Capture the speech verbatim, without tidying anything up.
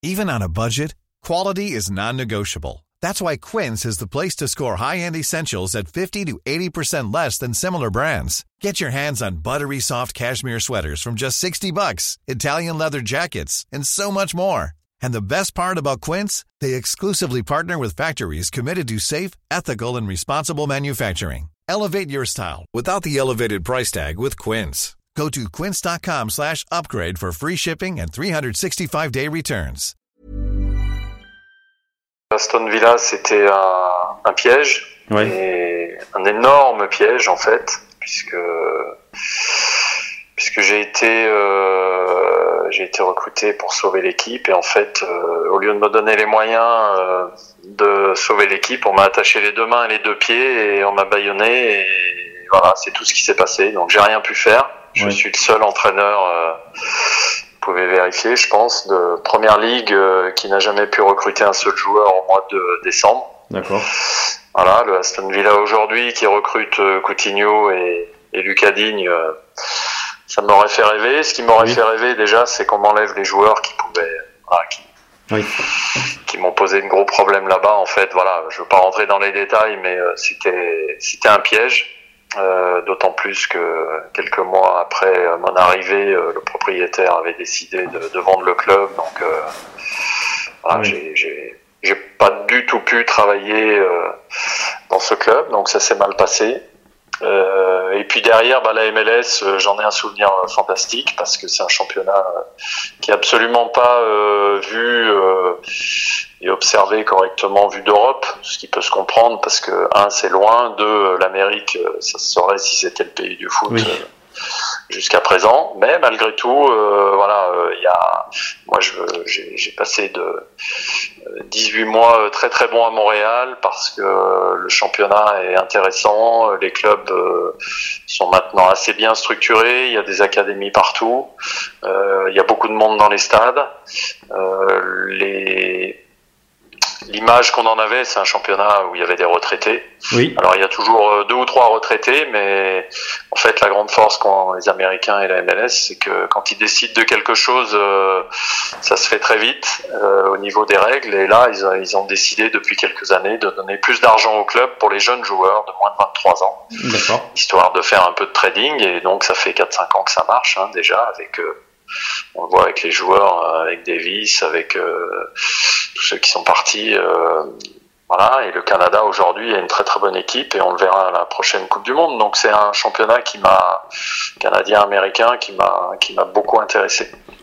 Even on a budget, quality is non-negotiable. That's why Quince is the place to score high-end essentials at fifty to eighty percent less than similar brands. Get your hands on buttery soft cashmere sweaters from just sixty bucks, Italian leather jackets, and so much more. And the best part about Quince, they exclusively partner with factories committed to safe, ethical, and responsible manufacturing. Elevate your style without the elevated price tag with Quince. Go to quince.com slash upgrade for free shipping and three sixty-five day returns. Aston Villa, c'était un, un piège, ouais. et un énorme piège en fait, puisque puisque j'ai été euh, j'ai été recruté pour sauver l'équipe, et en fait, euh, au lieu de me donner les moyens euh, de sauver l'équipe, on m'a attaché les deux mains et les deux pieds et on m'a bâillonné, et voilà, c'est tout ce qui s'est passé. Donc j'ai rien pu faire. Je ouais. suis le seul entraîneur. Euh, Vous pouvez vérifier, je pense, de première ligue euh, qui n'a jamais pu recruter un seul joueur au mois de décembre. D'accord. Voilà, le Aston Villa aujourd'hui qui recrute euh, Coutinho et, et Lucas Digne, euh, ça m'aurait fait rêver. Ce qui m'aurait oui. fait rêver déjà, c'est qu'on m'enlève les joueurs qui pouvaient, voilà, qui, oui. qui m'ont posé de gros problèmes là-bas. En fait, voilà, je veux pas rentrer dans les détails, mais euh, c'était, c'était un piège. Euh, d'autant plus que quelques mois après euh, mon arrivée, euh, le propriétaire avait décidé de, de vendre le club, donc euh, voilà, oui. j'ai, j'ai, j'ai pas du tout pu travailler euh, dans ce club, donc ça s'est mal passé. Euh, et puis derrière, bah, la M L S, euh, j'en ai un souvenir euh, fantastique, parce que c'est un championnat euh, qui est absolument pas euh, vu euh, et observé correctement vu d'Europe, ce qui peut se comprendre, parce que un, c'est loin, deux, l'Amérique, ça se saurait si c'était le pays du foot. Oui. Euh, jusqu'à présent, mais malgré tout, euh, voilà, il euh, y a, moi, je, j'ai, j'ai passé de euh, dix-huit mois très très bons à Montréal, parce que euh, le championnat est intéressant, les clubs euh, sont maintenant assez bien structurés, il y a des académies partout, euh, il y a beaucoup de monde dans les stades, euh, les L'image qu'on en avait, c'est un championnat où il y avait des retraités. Oui. Alors il y a toujours deux ou trois retraités, mais en fait la grande force qu'ont les Américains et la M L S, c'est que quand ils décident de quelque chose, euh, ça se fait très vite euh, au niveau des règles. Et là, ils, ils ont décidé depuis quelques années de donner plus d'argent au club pour les jeunes joueurs de moins de vingt-trois ans, D'accord. histoire de faire un peu de trading. Et donc ça fait quatre cinq ans que ça marche hein, déjà avec. Euh, On le voit avec les joueurs, avec Davis, avec euh, tous ceux qui sont partis. Euh, voilà. Et le Canada aujourd'hui a une très très bonne équipe, et on le verra à la prochaine Coupe du Monde. Donc c'est un championnat qui m'a, canadien-américain, qui m'a, qui m'a beaucoup intéressé.